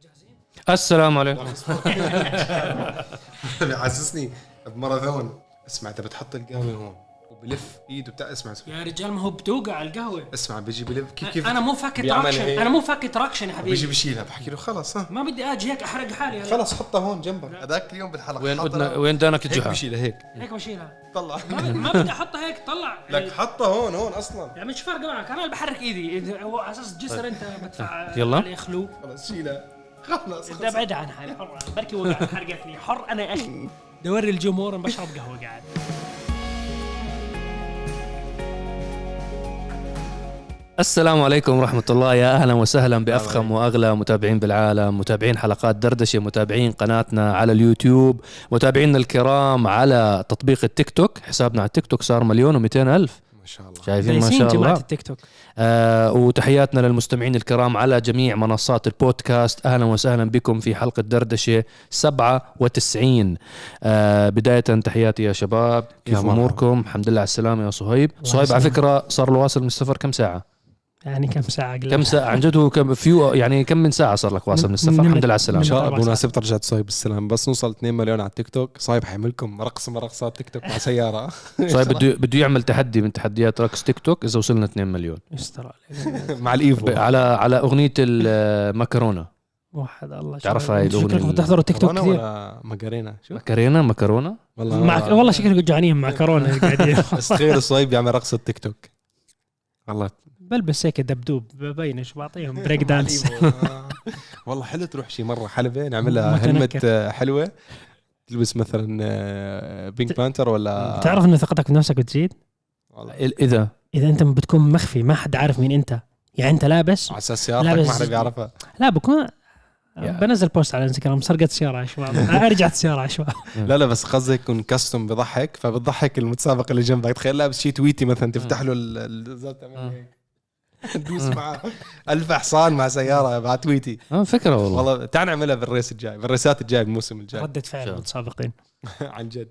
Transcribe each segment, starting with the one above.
السلام عليكم. عسسني بماراثون. اسمع انت بتحط القهوه هون وبلف ايده بتاع. اسمع يا رجال ما هو بتوقع القهوه. اسمع بيجي بلف كيف انا مو فاكر تراكشن، انا مو فاكر تراكشن يا حبيبي. بيجي بشيلها بحكي له خلص ها ما بدي اجي هيك احرق حالي. خلص حطها هون جنبك. هذاك اليوم بالحلقه وين دانك هيك الجحا بشيلها هيك بشيلها. طلع ما بدي احطها هيك طلع لك حطها هون اصلا. يعني مش فارقه معك. انا اللي بحرك ايدي هو على اساس جسر. انت بدفع يلا. عليه خلو. خلص شيلها خلص. انت ابعد عن حالي حر. بركي وقع حرقتني حر انا يا اخي. دوري الجمهور بشرب قهوه قاعد. السلام عليكم ورحمة الله. يا أهلا وسهلا بأفخم وأغلى متابعين بالعالم، متابعين حلقات دردشة، متابعين قناتنا على اليوتيوب، متابعينا الكرام على تطبيق التيك توك. حسابنا على التيك توك صار 1,200,000 ما شاء الله. شايفين ما شاء الله. التيك توك. وتحياتنا للمستمعين الكرام على جميع منصات البودكاست. أهلا وسهلا بكم في حلقة دردشة 97. بداية تحياتي يا شباب، كيف أموركم؟ الحمد لله على السلامة يا صهيب. صهيب على فكرة صار له واصل من السفر كم ساعة؟ يعني كم ساعة؟ كم ساعة عن جد؟ هو كم فيو يعني كم من ساعة صار لك واصل من السفر؟ الحمد لله على السلامة. ان شاء الله بمناسبة رجعت صايب بالسلام. بس نوصل 2 مليون على التيك توك صايب حيعملكم رقص من رقصات تيك توك مع سيارة. صايب بده يعمل تحدي من تحديات رقص تيك توك إذا وصلنا 2 مليون مع الإيفو على أغنية المكرونة. واحد الله تعرفها هاي الأغنية؟ بتحضروا تيك توك كثير؟ ماكارينا شو مكرونة والله شكلكم جوعانين مع كورونا قاعدين. بس تخيل صايب يعمل رقصة تيك توك. والله بلبس هيك دبدوب ببين شو بعطيهم بريك دانس. والله حلو تروح شي مرة حلبة نعملها هلمت حلوة، تلبس مثلا بينك بانتر ولا. بتعرف انه ثقتك بنفسك بتزيد إذا انت بتكون مخفي، ما حد عارف مين انت. يعني انت لابس على اساس سيارتك ما حدا بيعرفها. لا بكون بنزل بوست على انستغرام سرقت سيارة عشوائي. رجعت سيارة عشوائي. لا بس قصدي يكون كاستم بضحك، فبتضحك المتسابق اللي جنبك. تخيل لابس شي تويتي مثلا، تفتح له الزلط تعمل هيك تدوس معه 1000 حصان مع سيارة مع تويتي. فكرة والله تعال نعملها بالريس الجاي، بالريسات الجاي، الموسم الجاي. ردة فعل المتسابقين. عن جد.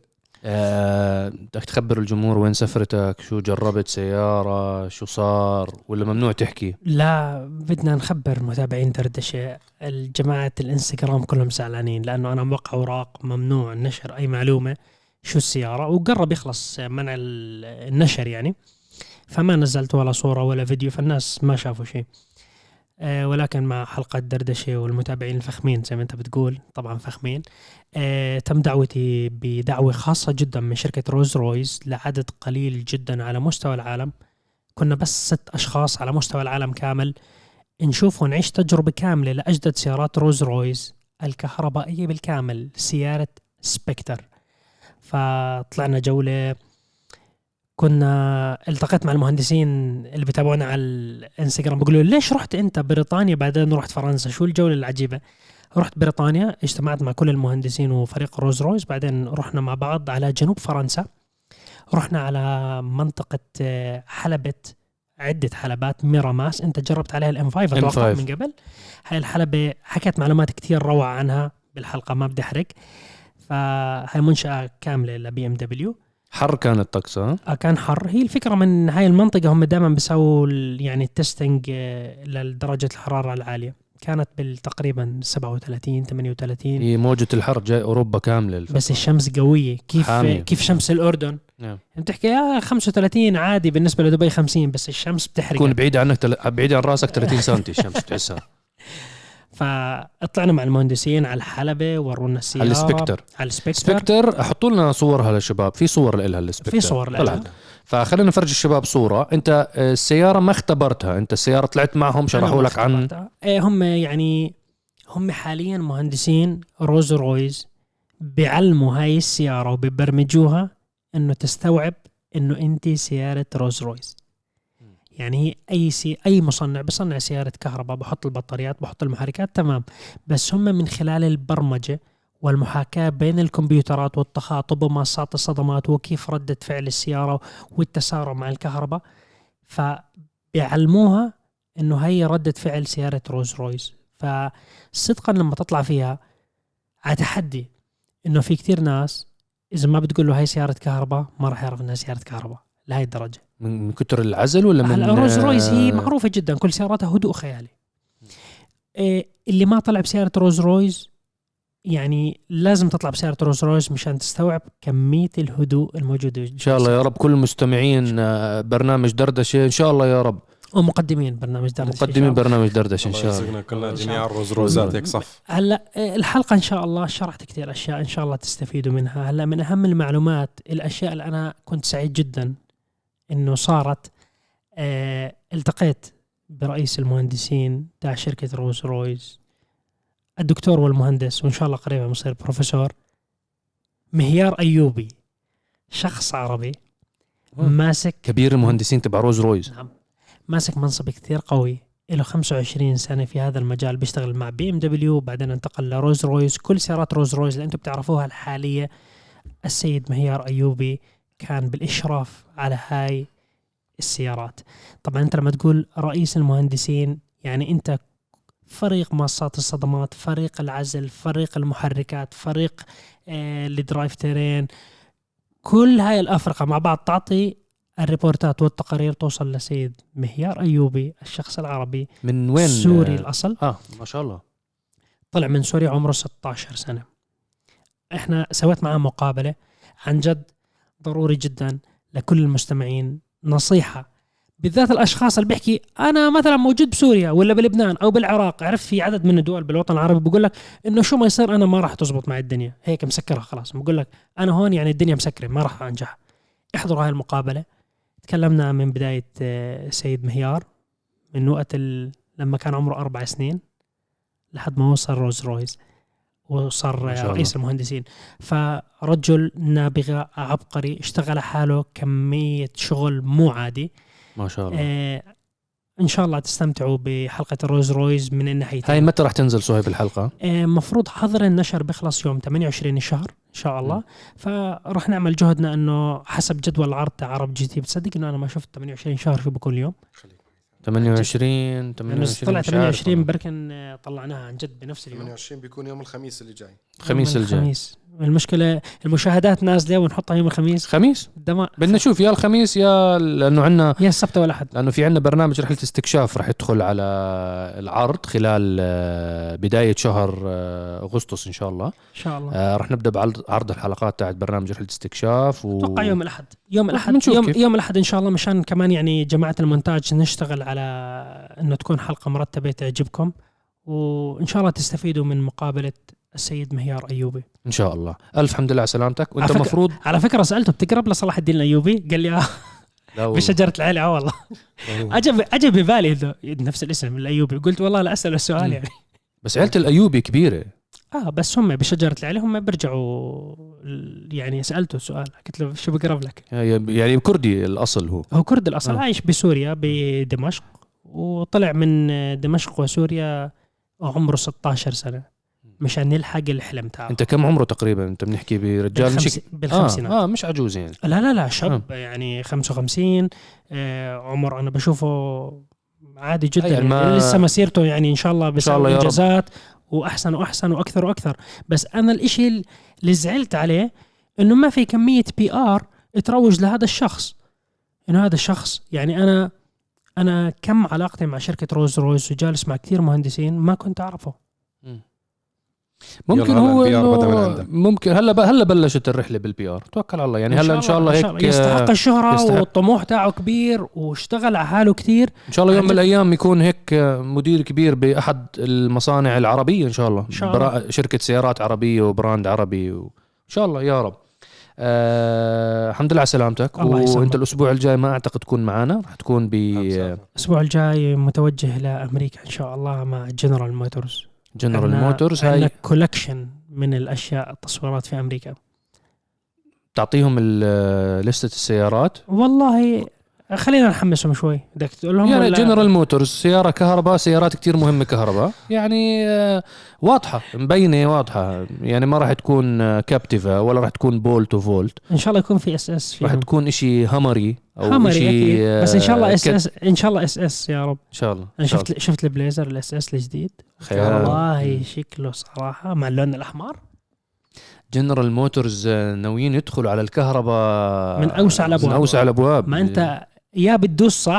بدك تخبر الجمهور وين سفرتك، شو جربت سيارة، شو صار، ولا ممنوع تحكي؟ لا بدنا نخبر متابعين دردشة. الجماعة الانستغرام كلهم زعلانين لأنه أنا موقع أوراق ممنوع نشر أي معلومة شو السيارة، وقرب يخلص منع النشر يعني، فما نزلت ولا صورة ولا فيديو، فالناس ما شافوا شيء. ولكن مع حلقة دردشة والمتابعين الفخمين زي ما أنت بتقول، طبعا فخمين، تم دعوتي بدعوة خاصة جدا من شركة روز رويز لعدد قليل جدا على مستوى العالم. كنا بس 6 أشخاص على مستوى العالم كامل نشوف ونعيش تجربة كاملة لأجدد سيارات روز رويز الكهربائية بالكامل، سيارة سبكتر. فطلعنا جولة، كنا التقيت مع المهندسين اللي بيتابعونا على الانستغرام، بيقولوا ليش رحت انت بريطانيا بعدين رحت فرنسا، شو الجولة العجيبة؟ رحت بريطانيا، اجتمعت مع كل المهندسين وفريق روز رويز، بعدين رحنا مع بعض على جنوب فرنسا، رحنا على منطقة حلبة، عدة حلبات، ميراماس. انت جربت عليها الام 5 اتوقع من قبل. هاي الحلبة حكيت معلومات كتير روعة عنها بالحلقة، ما بدي احرق. فهاي منشأة كاملة لبي ام دبليو. حر كان الطقس؟ كان حر. هي الفكرة من هاي المنطقة هم دائما بيسووا يعني التستنج لدرجة الحرارة العالية، كانت بالتقريبا 37 38. هي موجة الحر جاي أوروبا كاملة الفكرة. بس الشمس قوية كيف شمس الأردن. بتحكي 35 عادي بالنسبة لدبي 50، بس الشمس بتحرق، تكون بعيدة عنك بعيدة عن راسك 30 سنتي الشمس بتحسها. فاطلعنا مع المهندسين على الحلبة، ورونا السيارة على السبكتر. احطوا لنا صورها للشباب، في صور لها السبكتر، في صور لها. فخلينا نفرج الشباب صورة. انت السيارة ما اختبرتها، انت السيارة طلعت معهم شرحوا لك عن هم حاليا مهندسين روز رويز بيعلموا هاي السيارة وبيبرمجوها انه تستوعب انه انت سيارة روز رويز. يعني أي مصنع بصنع سيارة كهرباء، بحط البطاريات، بحط المحركات، تمام، بس هم من خلال البرمجة والمحاكاة بين الكمبيوترات والتخاطب ومصات الصدمات وكيف ردة فعل السيارة والتسارع مع الكهرباء، فبيعلموها إنه هي ردة فعل سيارة روز رويز. فصدقا لما تطلع فيها على تحدي إنه في كتير ناس إذا ما بتقول له هاي سيارة كهرباء ما راح يعرف إنها سيارة كهرباء لهي الدرجة. من كتر العزل ولا من روز رويز هي معروفة جدا، كل سياراتها هدوء خيالي. اللي ما طلع بسيارة روز رويز يعني لازم تطلع بسيارة روز رويز مشان تستوعب كمية الهدوء الموجودة. ان شاء الله يا رب كل المستمعين برنامج دردشه ان شاء الله يا رب، ومقدمين برنامج دردشه، مقدمين برنامج دردشه ان شاء الله. يرزقنا كلنا جميعا روزات هيك صف. هلا الحلقة ان شاء الله شرحت كثير اشياء ان شاء الله تستفيدوا منها. هلا من اهم المعلومات الاشياء اللي انا كنت سعيد جدا انه صارت، التقيت برئيس المهندسين تاع شركة روز رويز، الدكتور والمهندس، وإن شاء الله قريبا مصير بروفيسور، مهيار أيوبي، شخص عربي ماسك كبير المهندسين تبع روز رويز. نعم، ماسك منصب كثير قوي، له 25 سنة في هذا المجال، بيشتغل مع BMW وبعدين انتقل لروز رويز. كل سيارات روز رويز اللي أنتم بتعرفوها الحالية السيد مهيار أيوبي كان بالإشراف على هاي السيارات. طبعا أنت لما تقول رئيس المهندسين يعني أنت فريق مصات الصدمات، فريق العزل، فريق المحركات، فريق الدرايف تيرين، كل هاي الأفرقة مع بعض تعطي الريبورتات والتقارير توصل لسيد مهيار أيوبي، الشخص العربي من وين؟ سوري الأصل. ما شاء الله. طلع من سوريا عمره 16 سنة. احنا سويت معاه مقابلة عن جد ضروري جدا لكل المستمعين، نصيحة بالذات الأشخاص اللي بيحكي أنا مثلا موجود بسوريا ولا بلبنان أو بالعراق. عرف في عدد من الدول بالوطن العربي بقول لك إنه شو ما يصير أنا ما راح تزبط مع الدنيا، هيك مسكرها خلاص. بقول لك أنا هون يعني الدنيا مسكرة ما راح أنجح. احضروا هاي المقابلة. تكلمنا من بداية سيد مهيار من وقت لما كان عمره 4 سنين لحد ما وصل روز رويز وصار رئيس المهندسين. فرجل نابغة عبقري، اشتغل حاله كمية شغل مو عادي ما شاء الله. ان شاء الله تستمتعوا بحلقة الروز رويز من الناحيتين. هاي متى راح تنزل صهيب الحلقة؟ مفروض حظر النشر بيخلص يوم 28 الشهر ان شاء الله. فرح نعمل جهدنا انه حسب جدول العرض تاع عرب جي تي. بتصدق انه انا ما شفت 28 شهر شو بكون اليوم؟ 28 طلع 28 بركن طلعناها عن جد بنفس اليوم. 28 بيكون يوم الخميس اللي جاي. الخميس الجاي. المشكلة المشاهدات نازلة ونحطها يوم الخميس. خميس بدنا نشوف يا الخميس يا لأنه عنا يا السبت ولا أحد، لأنه في عنا برنامج رحلة استكشاف رح يدخل على العرض خلال بداية شهر أغسطس إن شاء الله. إن شاء الله رح نبدأ بعرض الحلقات تاعت برنامج رحلة استكشاف أتوقع يوم الأحد. يوم الأحد إن شاء الله، مشان كمان يعني جماعة المونتاج نشتغل على إنه تكون حلقة مرتبة تعجبكم، وإن شاء الله تستفيدوا من مقابلة السيد مهيار أيوبي إن شاء الله. ألف حمد لله على سلامتك. وأنت مفروض على فكرة سألته بتقرب لصلاح الدين الأيوبي؟ قال لي بشجرة العيلة. والله عجب ببالي نفس الاسم الأيوبي. قلت والله لا أسأل السؤال يعني. بس عيلة الأيوبي كبيرة. بس هم بشجرة العيلة هم بيرجعوا يعني. سألته سؤال قلت له شو بقرب لك؟ يعني كردي الأصل. هو كرد الأصل. عايش بسوريا بدمشق، وطلع من دمشق وسوريا عمره 16 سنة مشان يلحق الحلم تاعه. انت كم عمره تقريبا؟ انت بنحكي برجال بالخمسينات. مش عجوز يعني. لا شاب يعني 55 عمر. انا بشوفه عادي جدا يعني لسه مسيرته يعني ان شاء الله بيسوي انجازات واحسن واحسن واكثر واكثر. بس انا الاشي اللي زعلت عليه انه ما في كمية PR تروج لهذا الشخص. انه هذا الشخص يعني انا كم علاقتي مع شركة روز رويز وجالس مع كثير مهندسين ما كنت اعرفه. ممكن هو ممكن هلا بلشت الرحله بالPR. توكل على الله يعني. هلا ان شاء الله هيك يستحق الشهره والطموح تاعه كبير واشتغل على حاله كتير. ان شاء الله يوم من الايام يكون هيك مدير كبير باحد المصانع العربيه ان شاء الله. شركه سيارات عربيه وبراند عربي ان شاء الله يا رب. الحمد لله على سلامتك. وانت الاسبوع الجاي ما اعتقد تكون معنا، راح تكون الاسبوع الجاي متوجه لامريكا ان شاء الله مع جنرال موتورز. هاي كولكشن من الاشياء التصويرات في امريكا. تعطيهم لستة السيارات. والله خلينا نحمسهم شوي. بدك تقول لهم يعني جنرال موتورز سيارة كهرباء، سيارات كتير مهمة كهرباء يعني واضحة مبينة واضحة يعني. ما راح تكون كابتيفا ولا راح تكون بولت وفولت. ان شاء الله يكون في SS راح تكون اشي همري او اشي بس ان شاء الله SS ان شاء الله SS يا رب ان شاء الله. انا شفت البليزر SS الجديد والله شكله صراحة مع اللون الاحمر. جنرال موتورز ناويين يدخلوا على الكهرباء من اوسع الابواب. ما انت يا بتدوس صح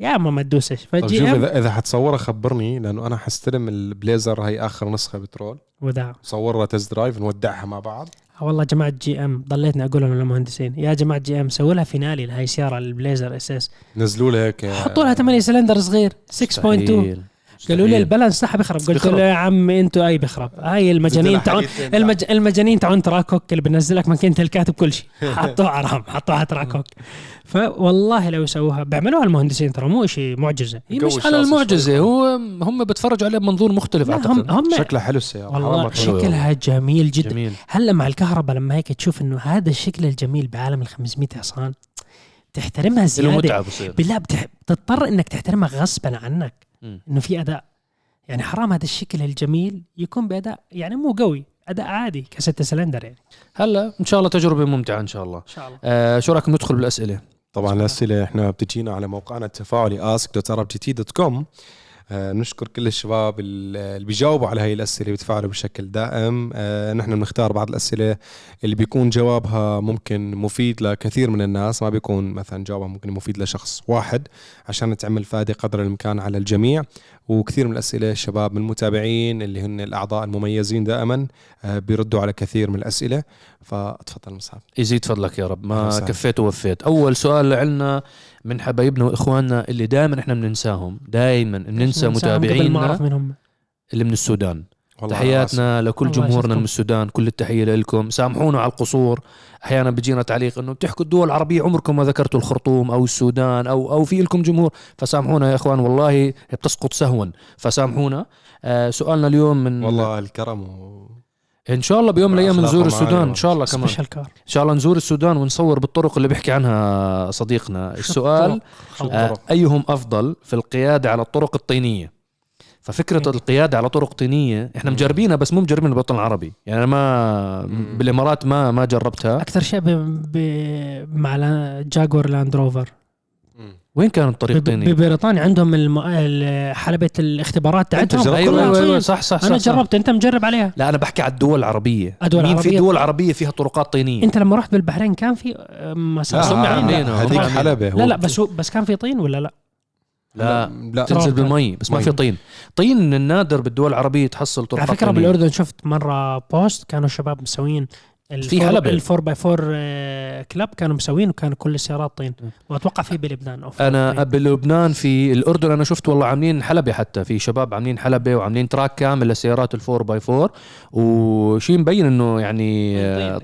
يا ما تدوسش. طب فجي شوف ام اذا حتصورها خبرني، لانه انا حستلم البليزر هي اخر نسخه بترول، وداع. صورها تست درايف نودعها مع بعض. والله جماعة جي ام ضليتني اقول لهم للمهندسين يا جماعة جي ام سووا لها فينالي لهي السيارة البليزر اس اس، نزلوا لها هيك حطوا لها 8 سلندر صغير 6.2. قالوا لي البالانس صح بيخرب. قلت له يا عم انتوا اي بيخرب، هاي المجانين تعون المجانين تعون تراكوك اللي بنزلك ماكينة الكاتب كل شيء حطوها عرام، حطوها تراكوك. فوالله لو يسووها بيعملوها المهندسين ترى مو شيء معجزة. هي مش على المعجزة، هو هم بتفرجوا عليها بمنظور مختلف. اعتقد هم شكلها حلو السيارة والله شكلها جميل جدا. جميل. هلا مع الكهرباء لما هيك تشوف انه هذا الشكل الجميل بعالم ال500 حصان تحترمها زيادة. بالله بتضطر انك تحترمها غصبا عنك. انه في اداء، يعني حرام هذا الشكل الجميل يكون باداء يعني مو قوي، اداء عادي كستة سلندر يعني. هلا ان شاء الله تجربه ممتعه ان شاء الله. ان شاء الله. شو رايكم ندخل بالاسئله؟ طبعا الاسئله احنا بتجينا على موقعنا التفاعلي ask.arabgt.com. نشكر كل الشباب اللي بيجاوبوا على هاي الأسئلة، بيتفاعلوا بشكل دائم. نحن بنختار بعض الأسئلة اللي بيكون جوابها ممكن مفيد لكثير من الناس، ما بيكون مثلا جوابها ممكن مفيد لشخص واحد، عشان تعمل فائدة قدر الإمكان على الجميع. وكثير من الأسئلة الشباب من المتابعين اللي هن الأعضاء المميزين دائما بيردوا على كثير من الأسئلة. فاتفضل مصعب. يزيد فضلك يا رب، ما كفيت ووفيت. أول سؤال لعلنا من حبايبنا وإخواننا اللي دائما إحنا بننساهم، دائما بننسى متابعينا اللي من السودان. تحياتنا لكل جمهورنا من السودان، كل التحية لكم. سامحونا على القصور، أحيانا بيجينا تعليق إنه بتحكوا الدول العربية عمركم ما ذكرتوا الخرطوم أو السودان أو في لكم جمهور، فسامحونا يا إخوان، والله بتسقط سهوا، فسامحونا. سؤالنا اليوم من والله الكرم ان شاء الله بيوم من الايام نزور السودان ان شاء الله، كمان ان شاء الله نزور السودان ونصور بالطرق اللي بيحكي عنها صديقنا. السؤال ايهم افضل في القياده على الطرق الطينيه؟ ففكره القياده على طرق طينيه احنا مجربينها بس مو مجربين بالوطن العربي، يعني أنا ما بالامارات ما جربتها. اكثر شيء مع جاكور لاند روفر. وين كان الطريق الطيني؟ ببريطانيا عندهم حلبة الاختبارات تاعتهم. ايوه صح انا جربت. انت مجرب عليها؟ لا انا بحكي على الدول العربيه. في دول عربيه فيها طرقات طينيه. انت لما رحت بالبحرين كان في هذيك حلبة. لا بس كان في طين ولا لا تنزل بالمي بس ما في طين. طين من النادر بالدول العربية تحصل طرقات. على فكرة بالأردن شفت مرة بوست كانوا الشباب مسوين في حلبة ال4x4 كلاب كانوا مسوين، وكانوا كل السيارات طين. واتوقع في بلبنان انا بلبنان في الاردن انا شفت والله عاملين حلبة، حتى في شباب عاملين حلبة وعاملين تراك كامل للسيارات ال4x4 وشي مبين انه يعني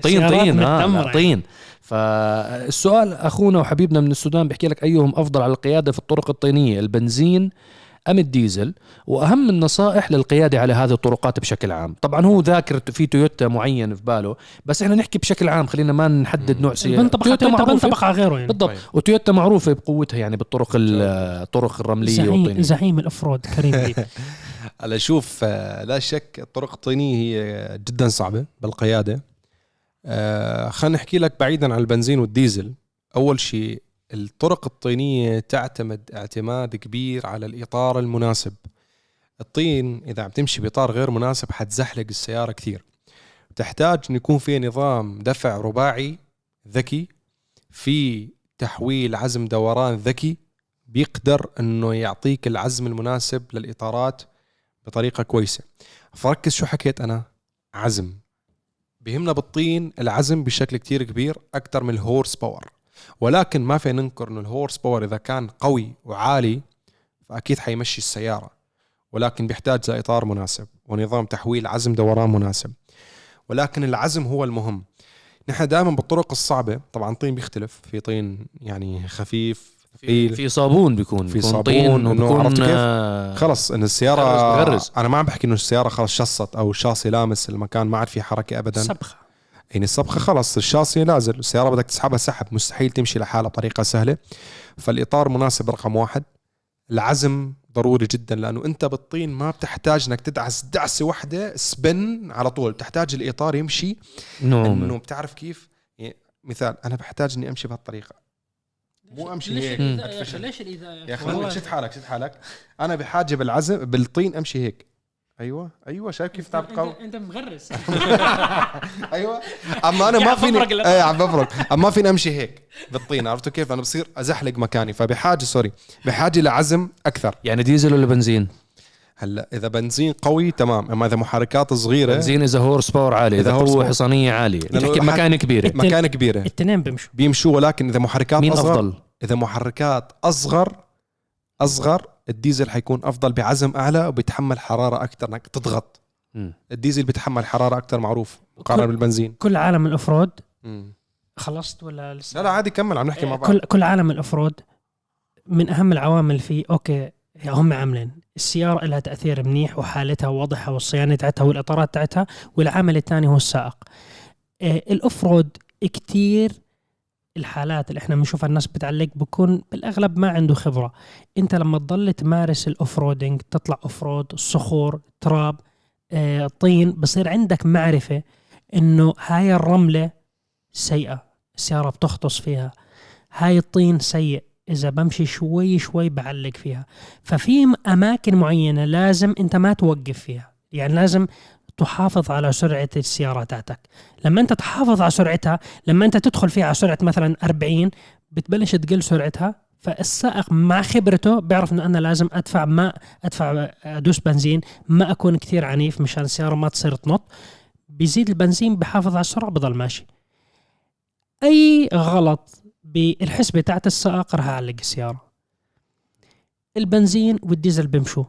طين. فالسؤال اخونا وحبيبنا من السودان بيحكي لك ايهم افضل على القيادة في الطرق الطينية، البنزين أم الديزل؟ وأهم النصائح للقيادة على هذه الطرقات بشكل عام. طبعا هو ذاكر في تويوتا معين في باله، بس إحنا نحكي بشكل عام، خلينا ما نحدد نوع سيارة. بنطبق على غيره يعني. بالضبط. وتويوتا معروفة بقوتها يعني بالطرق الطرق الرملية والطينية. زعيم الأفرود كريم لي. على شوف لا شك الطرق الطينية هي جدا صعبة بالقيادة. خلينا نحكي لك بعيدا عن البنزين والديزل. أول شيء الطرق الطينية تعتمد اعتماد كبير على الإطار المناسب. الطين إذا عم تمشي بإطار غير مناسب حتزحلق السيارة كثير. تحتاج أن يكون في نظام دفع رباعي ذكي، في تحويل عزم دوران ذكي بيقدر أنه يعطيك العزم المناسب للإطارات بطريقة كويسة. فركز شو حكيت أنا، عزم. بيهمنا بالطين العزم بشكل كتير كبير أكتر من الهورس باور، ولكن ما في ننكر انه الهورس باور اذا كان قوي وعالي فاكيد حيمشي السياره، ولكن بيحتاج لاطار مناسب ونظام تحويل عزم دوران مناسب. ولكن العزم هو المهم. نحن دائما بالطرق الصعبه طبعا طين بيختلف، في طين يعني خفيف، في صابون بيكون في صابون وبيكون خلص ان السياره بغرز. انا ما عم بحكي انه السياره خلص شصت او الشاصي لامس المكان ما عاد في حركه ابدا، صبخه يعني الصبخة خلص الشاصي نازل، السيارة بدك تسحبها سحب، مستحيل تمشي لحالها بطريقة سهلة. فالإطار مناسب رقم واحد. العزم ضروري جدا، لأنه أنت بالطين ما بتحتاج أنك تدعس دعسة واحدة سبن على طول، بتحتاج الإطار يمشي إنه بتعرف كيف. يعني مثال أنا بحتاج إني أمشي بهالطريقة، مو أمشي هيك. ليش الإذا يا أخي شد حالك أنا بحاجة بالعزم بالطين أمشي هيك، ايوه شايف كيف تعب قوي. انت مغرس. ايوه اما انا ما فيني عم بفرق، اما ما فيني امشي هيك بالطين، عرفتوا كيف؟ انا بصير ازحلق مكاني، بحاجه لعزم اكثر. يعني ديزل ولا بنزين؟ هلا اذا بنزين قوي تمام، اما اذا محركات صغيره بنزين، اذا هورس باور عالي، اذا قوه حصانيه عاليه، تحكي مكان كبيره الاثنين بيمشوا، ولكن اذا محركات مين اصغر افضل؟ اذا محركات اصغر الديزل حيكون افضل بعزم اعلى وبيتحمل حراره اكثر، انك تضغط. الديزل بيتحمل حراره اكثر، معروف مقارنه بالبنزين. كل عالم الافرود خلصت ولا لسه؟ لا عادي كمل، عم نحكي مع بعض. كل عالم الافرود من اهم العوامل فيه اوكي هم عاملين السياره لها تاثير منيح وحالتها ووضعها والصيانه تاعتها والاطارات تاعتها، والعامل الثاني هو السائق. الافرود كتير الحالات اللي احنا بنشوفها الناس بتعلق بكون بالاغلب ما عنده خبره. انت لما تضل تمارس الاوفرودينج، تطلع اوفرود، صخور، تراب، طين، بصير عندك معرفه انه هاي الرمله سيئه السياره بتختص فيها، هاي الطين سيء اذا بمشي شوي بعلق فيها. ففي اماكن معينه لازم انت ما توقف فيها، يعني لازم تحافظ على سرعة السيارة تاعتك. لما أنت تحافظ على سرعتها، لما أنت تدخل فيها على سرعة مثلا 40 بتبلش تقل سرعتها، فالسائق مع خبرته بيعرف أنه أنا لازم أدفع أدوس بنزين، ما أكون كثير عنيف مشان السيارة ما تصير تنط. بيزيد البنزين، بحافظ على السرعة، بضل ماشي. أي غلط بالحسبة تاعت السائق رح أعلق السيارة. البنزين والديزل بيمشوا،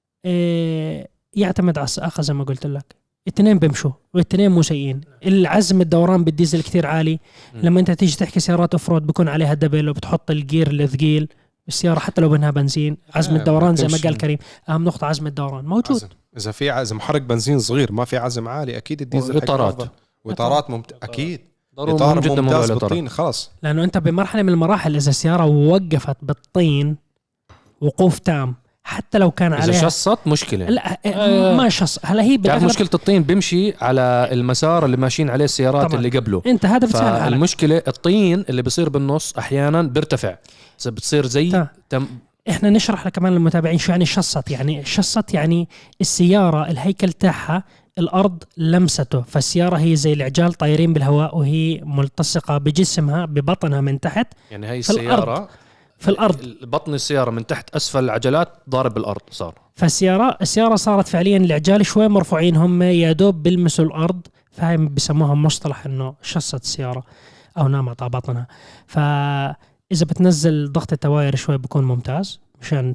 يعتمد على السائق زي ما قلت لك. الاثنين بيمشوا والاثنين مو سيئين. العزم الدوران بالديزل كتير عالي. لما انت تيجي تحكي سيارات اوفرود بيكون عليها دبل وبتحط الجير الثقيل بالسياره حتى لو بينها بنزين. عزم الدوران زي ما قال كريم، اهم نقطه عزم الدوران موجود. اذا في عزم محرك بنزين صغير ما في عزم عالي، اكيد الديزل واطارات اكيد اطار ممتاز بالطين خلاص. لانه انت بمرحله من المراحل اذا السياره وقفت بالطين وقوف تام، حتى لو كان عليها إذا شصت مشكلة. لا ما شص. هلا هي تعرف مشكلة الطين بيمشي على المسار اللي ماشيين عليه السيارات طبعا. اللي قبله انت هذا بتسهل المشكلة الطين اللي بيصير بالنص أحيانا بيرتفع، بتصير زي احنا نشرح لكمان للمتابعين شو يعني شصت. يعني شصت يعني السيارة الهيكل تاعها الأرض لمسته، فالسيارة هي زي العجال طايرين بالهواء وهي ملتصقة بجسمها ببطنها من تحت. يعني هاي السيارة في الأرض، بطن السيارة من تحت أسفل العجلات ضارب بالأرض صار. السيارة صارت فعليا العجال شوي مرفوعين، هم يا دوب بيلمسوا الأرض، فهي بسموها مصطلح إنه شصت السيارة أو نامت على بطنها. فإذا بتنزل ضغط التواير شوي بيكون ممتاز مشان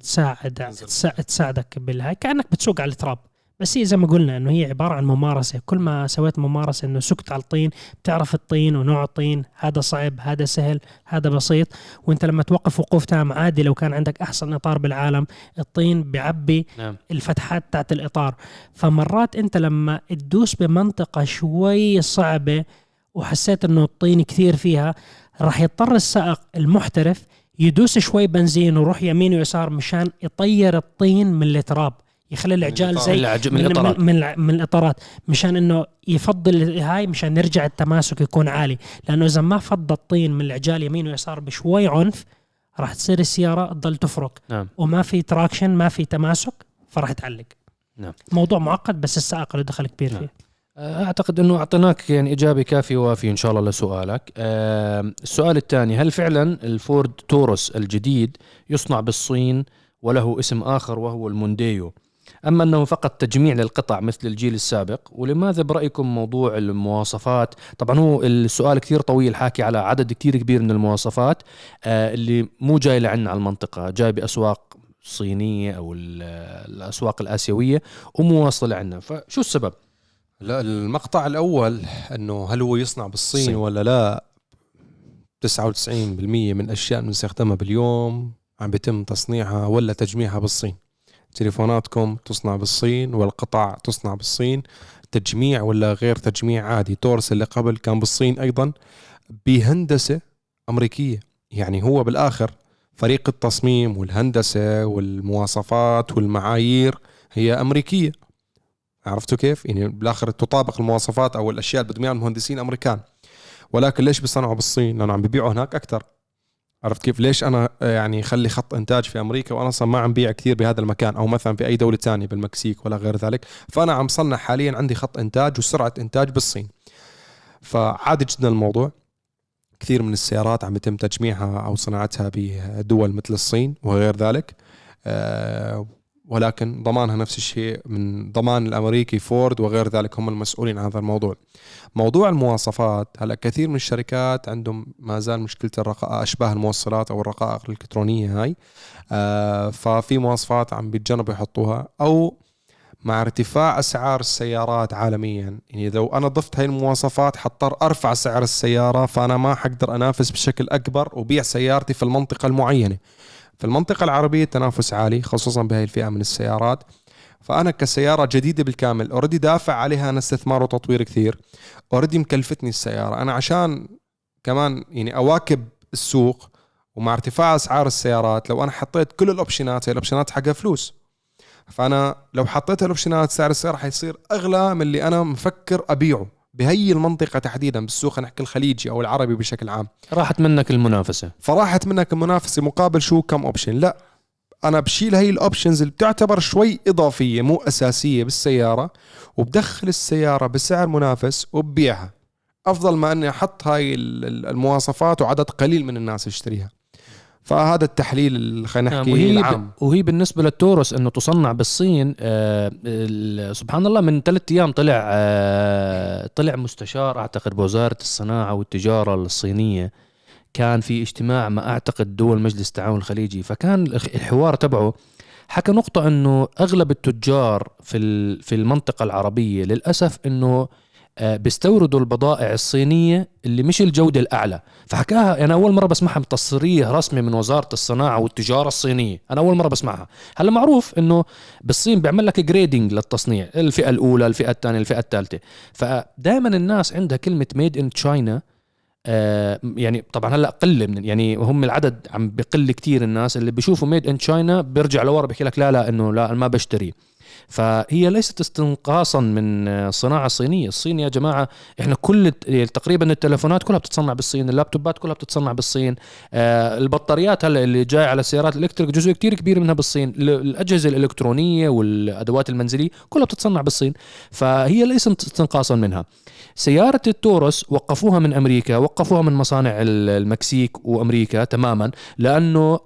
تساعدك بالهاي، كأنك بتسوق على التراب. بس هي زي ما قلنا انه هي عبارة عن ممارسة. كل ما سويت ممارسة انه سكت على الطين بتعرف الطين ونوع الطين، هذا صعب، هذا سهل، هذا بسيط. وانت لما توقف وقوف تام عادي، لو كان عندك احسن اطار بالعالم الطين بيعبي الفتحات تاعت الاطار. فمرات انت لما تدوس بمنطقة شوي صعبة وحسيت انه الطين كثير فيها، راح يضطر السائق المحترف يدوس شوي بنزين ويروح يمين ويسار مشان يطير الطين من التراب، يخلي العجال زي من الإطارات، مشان إنه يفضل هاي مشان يرجع التماسك يكون عالي. لأنه إذا ما فضل الطين من العجال يمين ويسار بشوي عنف راح تصير السيارة تضل تفرق. وما في تراكشن، ما في تماسك، فراح تعلق. موضوع معقد بس السائق له دخل كبير فيه. أعتقد أنه أعطيناك يعني إجابة كافية ووافية إن شاء الله لسؤالك. السؤال الثاني: هل فعلا الفورد توروس الجديد يصنع بالصين وله اسم آخر وهو المونديو، أما أنه فقط تجميع للقطع مثل الجيل السابق؟ ولماذا برأيكم موضوع المواصفات؟ طبعا هو السؤال كثير طويل، حاكي على عدد كثير كبير من المواصفات اللي مو جاي لعنا على المنطقة، جاي بأسواق صينية أو الأسواق الآسيوية ومواصل عنا. فشو السبب؟ لا، المقطع الأول أنه هل هو يصنع بالصين ولا لا، 99% من الأشياء اللي نستخدمها باليوم عم بيتم تصنيعها ولا تجميعها بالصين. تليفوناتكم تصنع بالصين والقطع تصنع بالصين، تجميع ولا غير تجميع عادي. تورس اللي قبل كان بالصين أيضا بهندسة أمريكية. يعني هو بالآخر فريق التصميم والهندسة والمواصفات والمعايير هي أمريكية. عرفتوا كيف؟ يعني بالآخر تطابق المواصفات أو الأشياء اللي بدهم إياها المهندسين أمريكان، ولكن ليش بيصنعوا بالصين؟ لأنه عم بيبيعوا هناك أكتر. عرفت كيف؟ ليش أنا يعني خلي خط إنتاج في أمريكا وأنا أصلا ما عم بيع كثير بهذا المكان، أو مثلا في أي دولة تانية بالمكسيك ولا غير ذلك. فأنا عم صنع حاليا عندي خط إنتاج وسرعة إنتاج بالصين. فعادي جدا الموضوع. كثير من السيارات عم يتم تجميعها أو صناعتها بدول مثل الصين وغير ذلك، ولكن ضمانها نفس الشيء من ضمان الأمريكي فورد وغير ذلك، هم المسؤولين عن هذا الموضوع. موضوع المواصفات، هلا كثير من الشركات عندهم ما زال مشكلة أشباه الموصلات أو الرقائق الإلكترونية هاي. ففي مواصفات عم بيتجنبوا يحطوها، أو مع ارتفاع أسعار السيارات عالميا، يعني لو أنا ضفت هاي المواصفات حضطر أرفع سعر السيارة، فأنا ما حقدر أنافس بشكل أكبر وبيع سيارتي في المنطقة المعينة. في المنطقة العربية التنافس عالي خصوصا بهاي الفئة من السيارات. فأنا كسيارة جديدة بالكامل أوريدي دافع عليها أنا استثمار وتطوير كثير، أوريدي مكلفتني السيارة. أنا عشان كمان يعني أواكب السوق ومع ارتفاع أسعار السيارات، لو أنا حطيت كل الأوبشنات، هي الأوبشنات حقها فلوس، فأنا لو حطيت الأوبشنات سعر السيارة حيصير أغلى من اللي أنا مفكر أبيعه بهي المنطقة تحديدا بالسوق، نحكي الخليجي أو العربي بشكل عام. راحت منك المنافسة. فراحت منك المنافسة مقابل شو؟ كم أوبشن. لا، أنا بشيل هاي الأوبشنز اللي بتعتبر شوي إضافية مو أساسية بالسيارة، وبدخل السيارة بسعر منافس وببيعها، أفضل ما أني أحط هاي المواصفات وعدد قليل من الناس يشتريها. فهذا التحليل اللي خلينا نحكي العام. وهي بالنسبة للتورس انه تصنع بالصين، سبحان الله من 3 أيام طلع مستشار اعتقد بوزارة الصناعة والتجارة الصينية، كان في اجتماع ما اعتقد دول مجلس التعاون الخليجي، فكان الحوار تبعه حكى نقطة انه اغلب التجار في المنطقة العربية للأسف انه بيستوردوا البضائع الصينية اللي مش الجودة الأعلى. فحكاها أنا أول مرة بسمعها بتصريح رسمي من وزارة الصناعة والتجارة الصينية، أنا أول مرة بسمعها. هلا معروف إنه بالصين بيعمل لك جريدينج للتصنيع، الفئة الأولى، الفئة الثانية، الفئة الثالثة. فدائما الناس عندها كلمة ميد إن تشاينا. يعني طبعا هلا قل من، يعني هم العدد عم بقل كتير، الناس اللي بيشوفوا ميد إن تشاينا بيرجع لورا بيحكي لك لا إنه لا ما بشتري. فهي ليست استنقاصا من الصناعة الصينية. الصين يا جماعة احنا كل تقريبا التلفونات كلها بتتصنع بالصين، اللابتوبات كلها بتتصنع بالصين، البطاريات هلا اللي جاي على السيارات الإلكتريك جزء كتير كبير منها بالصين، الأجهزة الإلكترونية والأدوات المنزلية كلها بتتصنع بالصين. فهي ليست استنقاصا منها. سيارة التورس وقفوها من أمريكا، وقفوها من مصانع المكسيك وأمريكا تماما، لأنه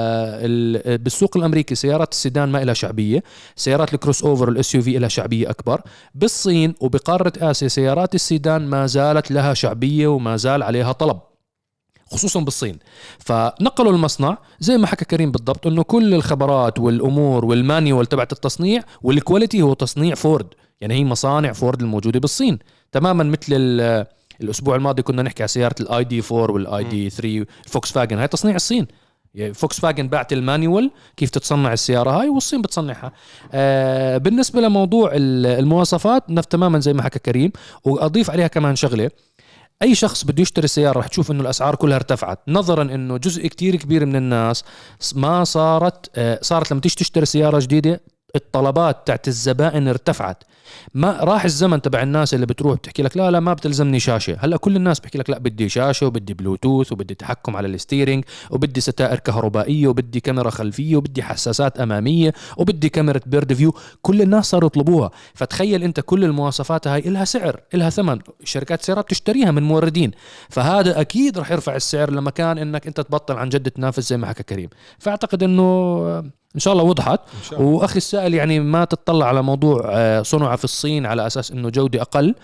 بالسوق الأمريكي سيارات السيدان ما إلها شعبية، سيارات الكروس أوفر الSUV إلها شعبية أكبر. بالصين وبقارة آسيا سيارات السيدان ما زالت لها شعبية وما زال عليها طلب خصوصا بالصين. فنقلوا المصنع زي ما حكى كريم بالضبط، انه كل الخبرات والامور والمانيوال تبعت التصنيع والكواليتي هو تصنيع فورد. يعني هي مصانع فورد الموجودة بالصين تماما. مثل الاسبوع الماضي كنا نحكي على سيارة ID4 والID3 فوكس فاجن، هاي تصنيع الصين. فوكس فاجن بعت المانيوال كيف تتصنع السيارة هاي والصين بتصنعها. بالنسبة لموضوع المواصفات نفس تماما زي ما حكى كريم. وأضيف عليها كمان شغلة، أي شخص بده يشتري سيارة رح تشوف إنه الأسعار كلها ارتفعت، نظرا إنه جزء كتير كبير من الناس ما صارت لما تشتري سيارة جديدة الطلبات تاعت الزبائن ارتفعت. ما راح الزمن تبع الناس اللي بتروح بتحكي لك لا ما بتلزمني شاشة. هلا كل الناس بحكي لك لا بدي شاشة وبدي بلوتوث وبدي تحكم على الستيرينج وبدي ستائر كهربائية وبدي كاميرا خلفية وبدي حساسات أمامية وبدي كاميرا بيرد فيو. كل الناس صاروا يطلبوها. فتخيل انت كل المواصفات هاي إلها سعر إلها ثمن، شركات سيارات تشتريها من موردين، فهذا أكيد رح يرفع السعر لما كان انك انت تبطل عن جد تنافس زي ما حكى كريم. فاعتقد انه إن شاء الله وضحت. وأخي السائل يعني ما تطلع على موضوع صنع في الصين على أساس إنه جودة أقل،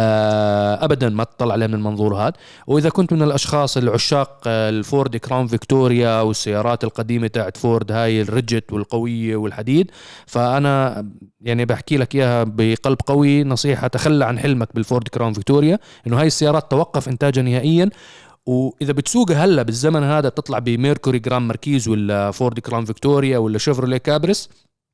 أبدا ما تطلع عليه من المنظور هذا. وإذا كنت من الأشخاص العشاق الفورد كراون فيكتوريا والسيارات القديمة تاعت فورد هاي الريجت والقوية والحديد، فأنا يعني بحكي لك إياها بقلب قوي، نصيحة تخلى عن حلمك بالفورد كراون فيكتوريا، إنه هاي السيارات توقف إنتاجها نهائيا. وإذا بتسوقها هلا بالزمن هذا تطلع بميركوري جرام ماركيز ولا فورد كراون فيكتوريا ولا شيفروليه كابريس،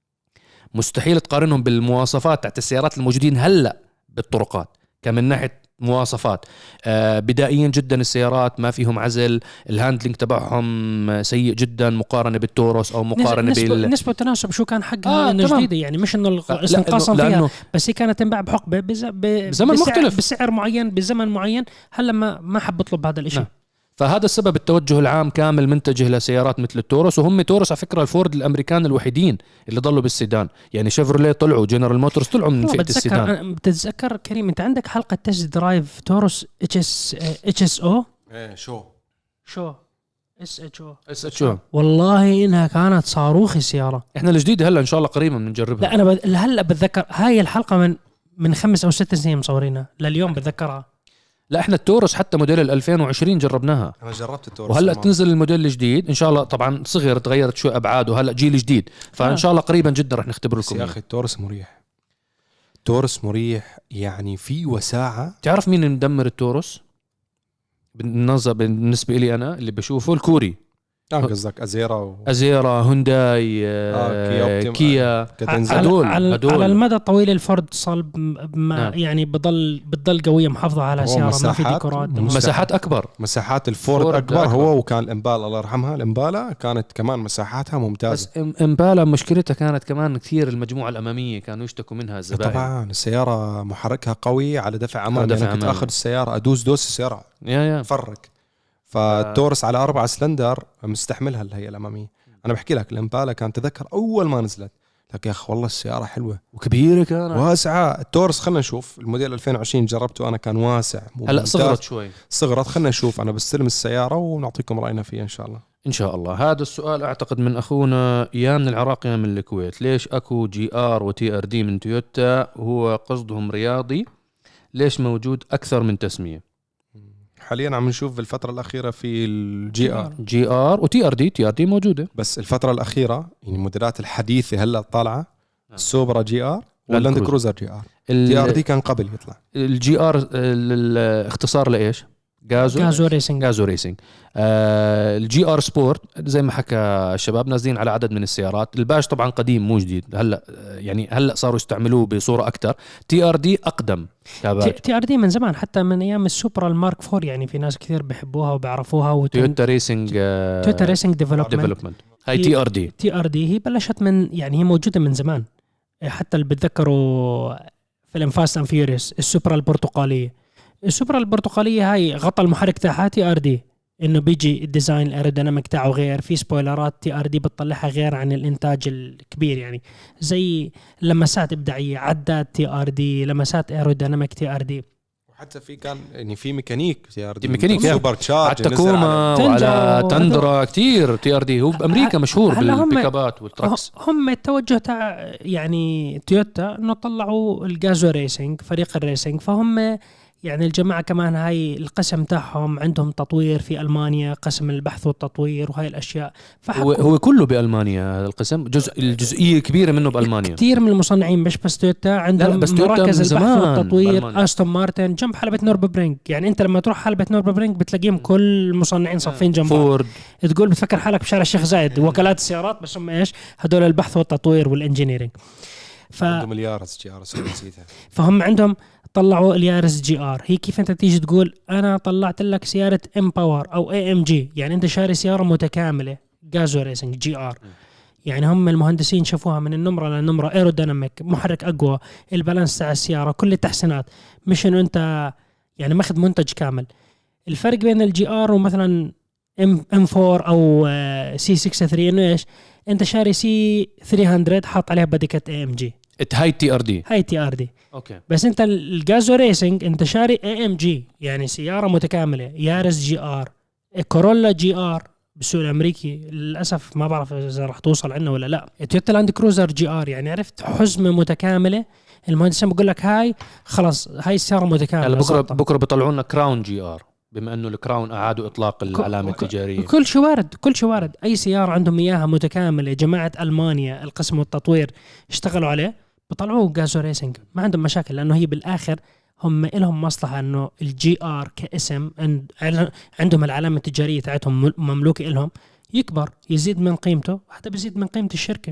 مستحيل تقارنهم بالمواصفات تاعت السيارات الموجودين هلا بالطرقات. كمن ناحية مواصفات بدائيا جدا السيارات ما فيهم عزل، الهاندلينج تبعهم سيء جدا مقارنة بالتورس او مقارنة نسبة وتناسب شو كان حقها انه جديدة، يعني مش انه استنقاصا فيها، بس هي كانت تنباع بحقبة بزمن مختلف بسعر معين بزمن معين. هلا ما حب يطلب هذا الاشي. فهذا السبب التوجه العام كامل منتجه لسيارات مثل التورس. وهم تورس على فكرة الفورد الأمريكان الوحيدين اللي ضلوا بالسيدان. يعني شيفروليه طلعوا، جنرال موتورز طلعوا من فئة السيدان. بتتذكر كريم أنت عندك حلقة تست درايف تورس HSO؟ ايه شو SHO والله إنها كانت صاروخ السيارة. احنا الجديدة هلا إن شاء الله قريبا بنجربها. لا أنا هلا بتذكر هاي الحلقة من 5 أو 6 سنين مصورينها لليوم بتذكرها. لا احنا التورس حتى موديل 2020 جربناها. انا جربت التورس وهلا تنزل الموديل الجديد ان شاء الله. طبعا صغر تغيرت شوي ابعاده وهلا جيل جديد، فان شاء الله قريبا جدا رح نختبر لكم. يا اخي التورس مريح، التورس مريح يعني في وساعة. تعرف مين مدمر التورس بالنسبة لي انا اللي بشوفه؟ الكوري. قصدك أزيرا هونداي كيا هدول على المدى الطويل الفورد صلب يعني بضل قوية محافظة على سيارة ما في ديكورات، مساحات أكبر. مساحات الفورد أكبر. هو وكان الإمبالا الله يرحمها، الإمبالا كانت كمان مساحاتها ممتازة. بس إمبالا مشكلتها كانت كمان كثير المجموعة الأمامية كانوا يشتكوا منها الزبائن. طبعا السيارة محركها قوي على دفع أمامي. أنا كنت أخذ السيارة أدوس السيارة فرق. فالتورس على 4 سلندر مستحملها الهيئة الأمامية. أنا بحكي لك الإمبالا كان تذكر أول ما نزلت لك يا أخي والله السيارة حلوة وكبيرة كانت واسعة. التورس خلنا نشوف الموديل 2020 جربته أنا كان واسع. هلأ صغرت شوي خلنا نشوف. أنا بستلم السيارة ونعطيكم رأينا فيها إن شاء الله. إن شاء الله. هذا السؤال أعتقد من أخونا يا من العراق يا من الكويت. ليش أكو جي آر وتي آر دي من تويوتا وهو قصدهم رياضي؟ ليش موجود أكثر من تسمية؟ حاليا عم نشوف بالفترة الأخيرة في الجي آر وتي آر دي موجودة. بس الفترة الأخيرة يعني الموديلات الحديثة هلا طالعة السوبرا جي آر واللاند كروزر جي آر. تي آر دي كان قبل يطلع. الجي آر الاختصار لإيش؟ غازو ريسينج. الجي آر سبورت زي ما حكى الشباب نازلين على عدد من السيارات. الباش طبعا قديم مو جديد، هلا صاروا يستعملوه بصورة أكتر. تي آر دي أقدم. تي آر دي من زمان حتى من أيام السوبرا المارك 4 يعني في ناس كثير بيحبوها وبيعرفوها. تويوتا ريسينج ديفلوبمنت. هاي تي آر دي هي بلشت من يعني هي موجودة من زمان. حتى اللي بتذكروا فيلم فاست اند فيوريوس السوبرا البرتقالية هاي غطى المحرك تاعها تي ار دي، انه بيجي الديزاين الايروديناميك تاعه غير، في سبويلرات تي ار دي بتطلعها غير عن الانتاج الكبير، يعني زي لمسات ابداعيه، عداد تي ار دي، لمسات ايروديناميك تي ار دي. وحتى في كان يعني في ميكانيك تي ار دي، ميكانيك سوبر تشارج على تاكوما وعلى تندرا كتير. تي ار دي هو بامريكا مشهور بالبيكابات والتراكس. هم التوجه تاع يعني تويوتا انه طلعوا الغازو ريسينج، فريق الريسينج، فهم يعني الجماعة كمان هاي القسم تاعهم عندهم تطوير في ألمانيا، قسم البحث والتطوير وهاي الأشياء. هو كله بألمانيا هذا القسم، الجزئية كبيرة منه بألمانيا. كثير من المصنعين مش بس تويوتا عندهم مراكز البحث والتطوير. أستون مارتن جنب حلبة نوربربرينغ، يعني أنت لما تروح حلبة نوربربرينغ بتلاقيهم كل المصنعين صفين جنب فورد. تقول بتفكر حالك بشارع الشيخ زايد وكالات السيارات، بس هم إيش هدول البحث والتطوير والإنجينيرينج. عندهم اليارس جي آر فهم عندهم طلعوا اليارس جي آر. هي كيف أنت تيجي تقول أنا طلعت لك سيارة إمباور أو AMG، يعني أنت شاري سيارة متكاملة غازو ريسينج جي آر. يعني هم المهندسين شافوها من النمرة للنمرة، ايروديناميك، محرك أقوى، البالانس تاع السيارة، كل التحسينات، مش إنه أنت يعني ماخذ منتج كامل. الفرق بين الجي آر ومثلا M4 أو C63 إنه إيش، أنت شاري C300 حاط عليها بديكة AMG، هاي تي ار دي. اوكي. بس انت الغازو ريسينج انت شاري AMG، يعني سياره متكامله، يارس جي ار، كورولا جي ار بالسوق الامريكي. للاسف ما بعرف اذا راح توصل عندنا ولا لا. تويوتا لاند كروزر جي ار، يعني عرفت حزمه متكامله. المهندسين بقول لك هاي خلاص هاي السياره متكامله. بكره بيطلعوا لنا كراون جي ار، بما انه الكراون اعادوا اطلاق العلامه التجاريه. كل شيء وارد. اي سياره عندهم اياها متكامله، جماعه المانيا القسم والتطوير اشتغلوا عليه بطلعوه غازو ريسينج، ما عندهم مشاكل، لانه هي بالاخر هم لهم مصلحه انه الجي ار كاسم عندهم العلامه التجاريه تاعتهم مملوكه لهم، يكبر يزيد من قيمته، وحتى بيزيد من قيمه الشركه.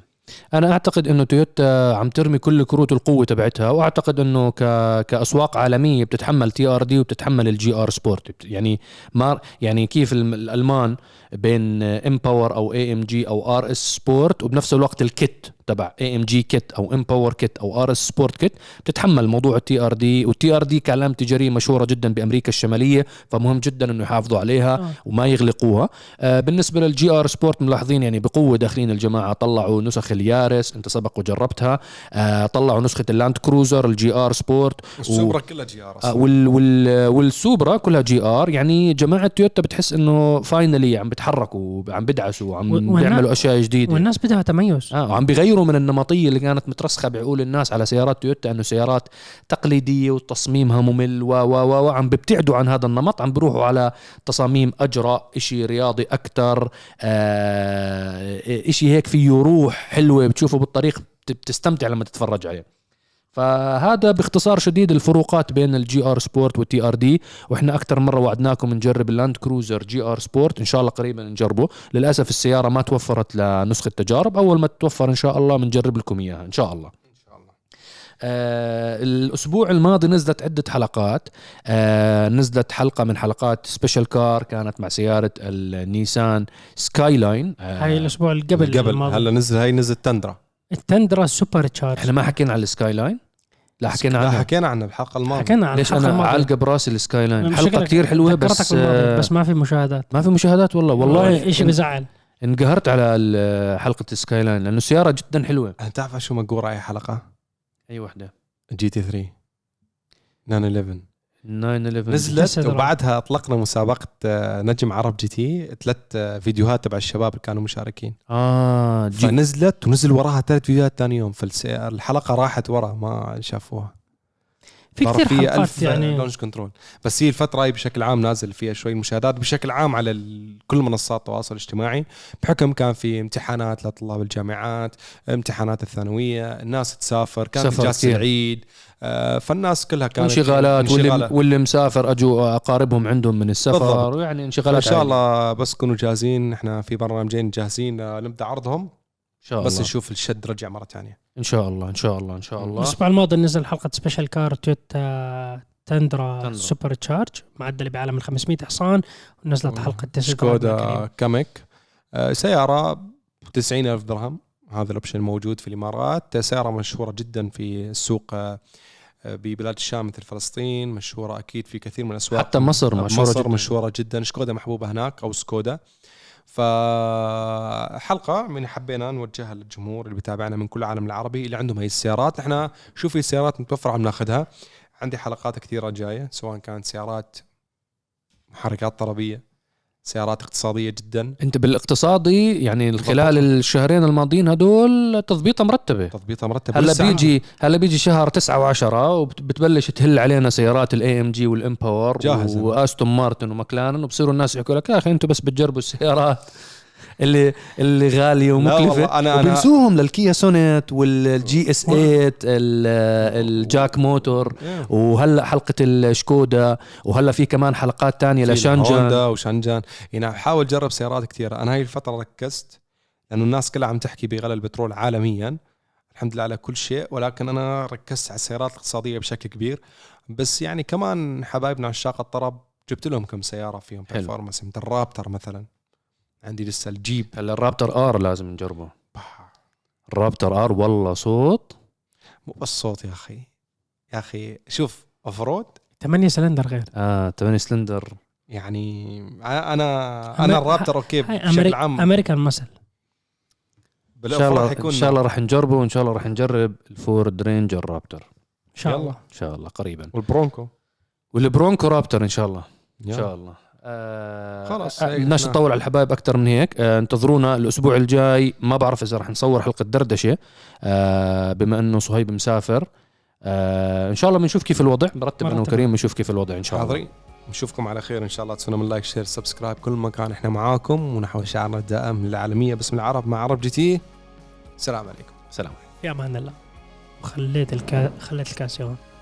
أنا أعتقد أنه تويوتا عم ترمي كل كروت القوة تبعتها، وأعتقد أنه كأسواق عالمية بتتحمل تي آر دي وبتتحمل الجي آر سبورت. يعني ما يعني كيف الألمان بين إمباور أو AMG أو RS سبورت، وبنفس الوقت الكيت تبع AMG كيت او امباور كيت او RS سبورت كيت بتتحمل موضوع TRD، والTRD كعلامة تجارية مشهورة جدا بأمريكا الشمالية، فمهم جدا انه يحافظوا عليها وما يغلقوها. بالنسبة للجي ار سبورت ملاحظين يعني بقوة داخلين الجماعة، طلعوا نسخ اليارس انت سبق وجربتها، طلعوا نسخة اللاند كروزر الجي ار سبورت، السوبرا كلها جي ار والسوبرا كلها جي ار. يعني جماعة تويوتا بتحس انه فاينلي عم بتحركوا، عم بدعسوا، عم بيعملوا اشياء جديدة، والناس بدها تميز، وعم بيغيروا من النمطية اللي كانت مترسخة بعقول الناس على سيارات تويوتا انه سيارات تقليدية وتصميمها ممل عم بيبتعدوا عن هذا النمط، عم بيروحوا على تصاميم اجرأ، اشي رياضي اكتر، اشي هيك فيه روح حلوة بتشوفه بالطريق بتستمتع لما تتفرج عليه. فهذا باختصار شديد الفروقات بين الجي ار سبورت والتي ار دي. واحنا اكثر مره وعدناكم نجرب اللاند كروزر جي ار سبورت، ان شاء الله قريبا نجربه. للاسف السياره ما توفرت لنسخه تجارب، اول ما تتوفر ان شاء الله بنجرب لكم اياها ان شاء الله. الأسبوع الماضي نزلت عدة حلقات. نزلت حلقة من حلقات سبيشال كار كانت مع سيارة النيسان سكاي لاين. هاي الأسبوع اللي قبل هلا نزل تندرا، التندرا سوبر تشارج. احنا ما حكينا على السكاي لاين، لا حكينا عنه بالحلقة الماضية. ليش أنا عالقة براسي السكاي لاين؟ حلقة كتير حلوة بس ما في مشاهدات. والله إشي بزعل. انقهرت على حلقة السكاي لاين لأنه السيارة جدا حلوة. أنت تعرف شو مقورة أي حلقة؟ أي واحدة؟ GT3 911 نزلت، وبعدها أطلقنا مسابقة نجم عرب GT 3 فيديوهات تبع الشباب اللي كانوا مشاركين. فنزلت ونزل وراها 3 فيديوهات تاني يوم، فالحلقة راحت ورا ما شافوها. في كثير حلقات يعني لونج كنترول، بس هي الفترة هي بشكل عام نازل فيها شوي مشاهدات بشكل عام على كل منصات التواصل الاجتماعي، بحكم كان في امتحانات لطلاب الجامعات، امتحانات الثانوية، الناس تسافر، كان في جلسة العيد، فالناس كلها كانت انشغالات، واللي مسافر اجوا اقاربهم عندهم من السفر، ويعني انشغالات. ان شاء الله بس كونوا جاهزين، احنا في برنامجين جاهزين نبدأ عرضهم إن شاء الله. بس نشوف الشد رجع مرة تانية إن شاء الله. الأسبوع الماضي نزل حلقة سبيشال كار تويوتا تندرا سوبر تشارج معدل بعالم 500 حصان، ونزلت حلقة سكودا كاميك، سيارة 90,000 درهم. هذا الأوبشن موجود في الإمارات. سيارة مشهورة جدا في السوق ببلاد الشام مثل فلسطين، مشهورة أكيد في كثير من الأسواق، حتى مصر مشهورة جدا. سكودا محبوبة هناك أو سكودا. فحلقة من حبينا نوجهها للجمهور اللي بيتابعنا من كل العالم العربي اللي عندهم هاي السيارات. احنا شوفي السيارات متوفرة عم ناخدها. عندي حلقات كثيرة جاية، سواء كانت سيارات محركات طربية، سيارات اقتصادية جدا. انت بالاقتصادي يعني خلال الشهرين الماضيين هدول تضبيطة مرتبة. هلا بيجي شهر 9 و10 وبتبلش تهل علينا سيارات AMG والامباور واستون مارتن ومكلارن، وبصيروا الناس يحكوا لك يا اخي انتوا بس بتجربوا السيارات اللي غالية ومكلفة، وبنسوهم للكيا سونيت والجي اس 8 الجاك موتور، وهلأ حلقة الشكودا، وهلأ في كمان حلقات تانية لشانجان وشانجان. يعني حاول جرب سيارات كتيرة. أنا هاي الفترة ركزت لأنه الناس كلها عم تحكي بغلاء البترول عالميا، الحمد لله على كل شيء، ولكن أنا ركزت على السيارات الاقتصادية بشكل كبير. بس يعني كمان حبايبنا عشاق الطرب جبت لهم كم سيارة فيهم برفورمانس، مثل الرابتر مثلا، عندي لسه الجيب. هلا الرابتر ار لازم نجربه. الرابتر ار والله صوت، مو بس صوت يا اخي شوف افرود 8 سلندر غير 8 سلندر. يعني انا الرابتر اوكي بشكل عام امريكان مسل. ان شاء الله راح نجربه، وان شاء الله راح نجرب الفورد رينجر رابتر ان شاء الله ان شاء الله قريبا، والبرونكو رابتر ان شاء الله ان شاء الله. خلاص الناس تطول على الحبايب أكتر من هيك. انتظرونا الأسبوع الجاي. ما بعرف إذا رح نصور حلقة دردشة بما أنه صهيب مسافر. إن شاء الله بنشوف كيف الوضع، مرتب أنه كريم بنشوف كيف الوضع إن شاء الله. نشوفكم على خير إن شاء الله. تسونا من لايك شير سبسكرايب كل مكان، إحنا معاكم ونحو شعارنا الدائم للعالمية باسم العرب مع عرب GT. السلام عليكم. سلام في أمان الله. وخليت الكاس يوم.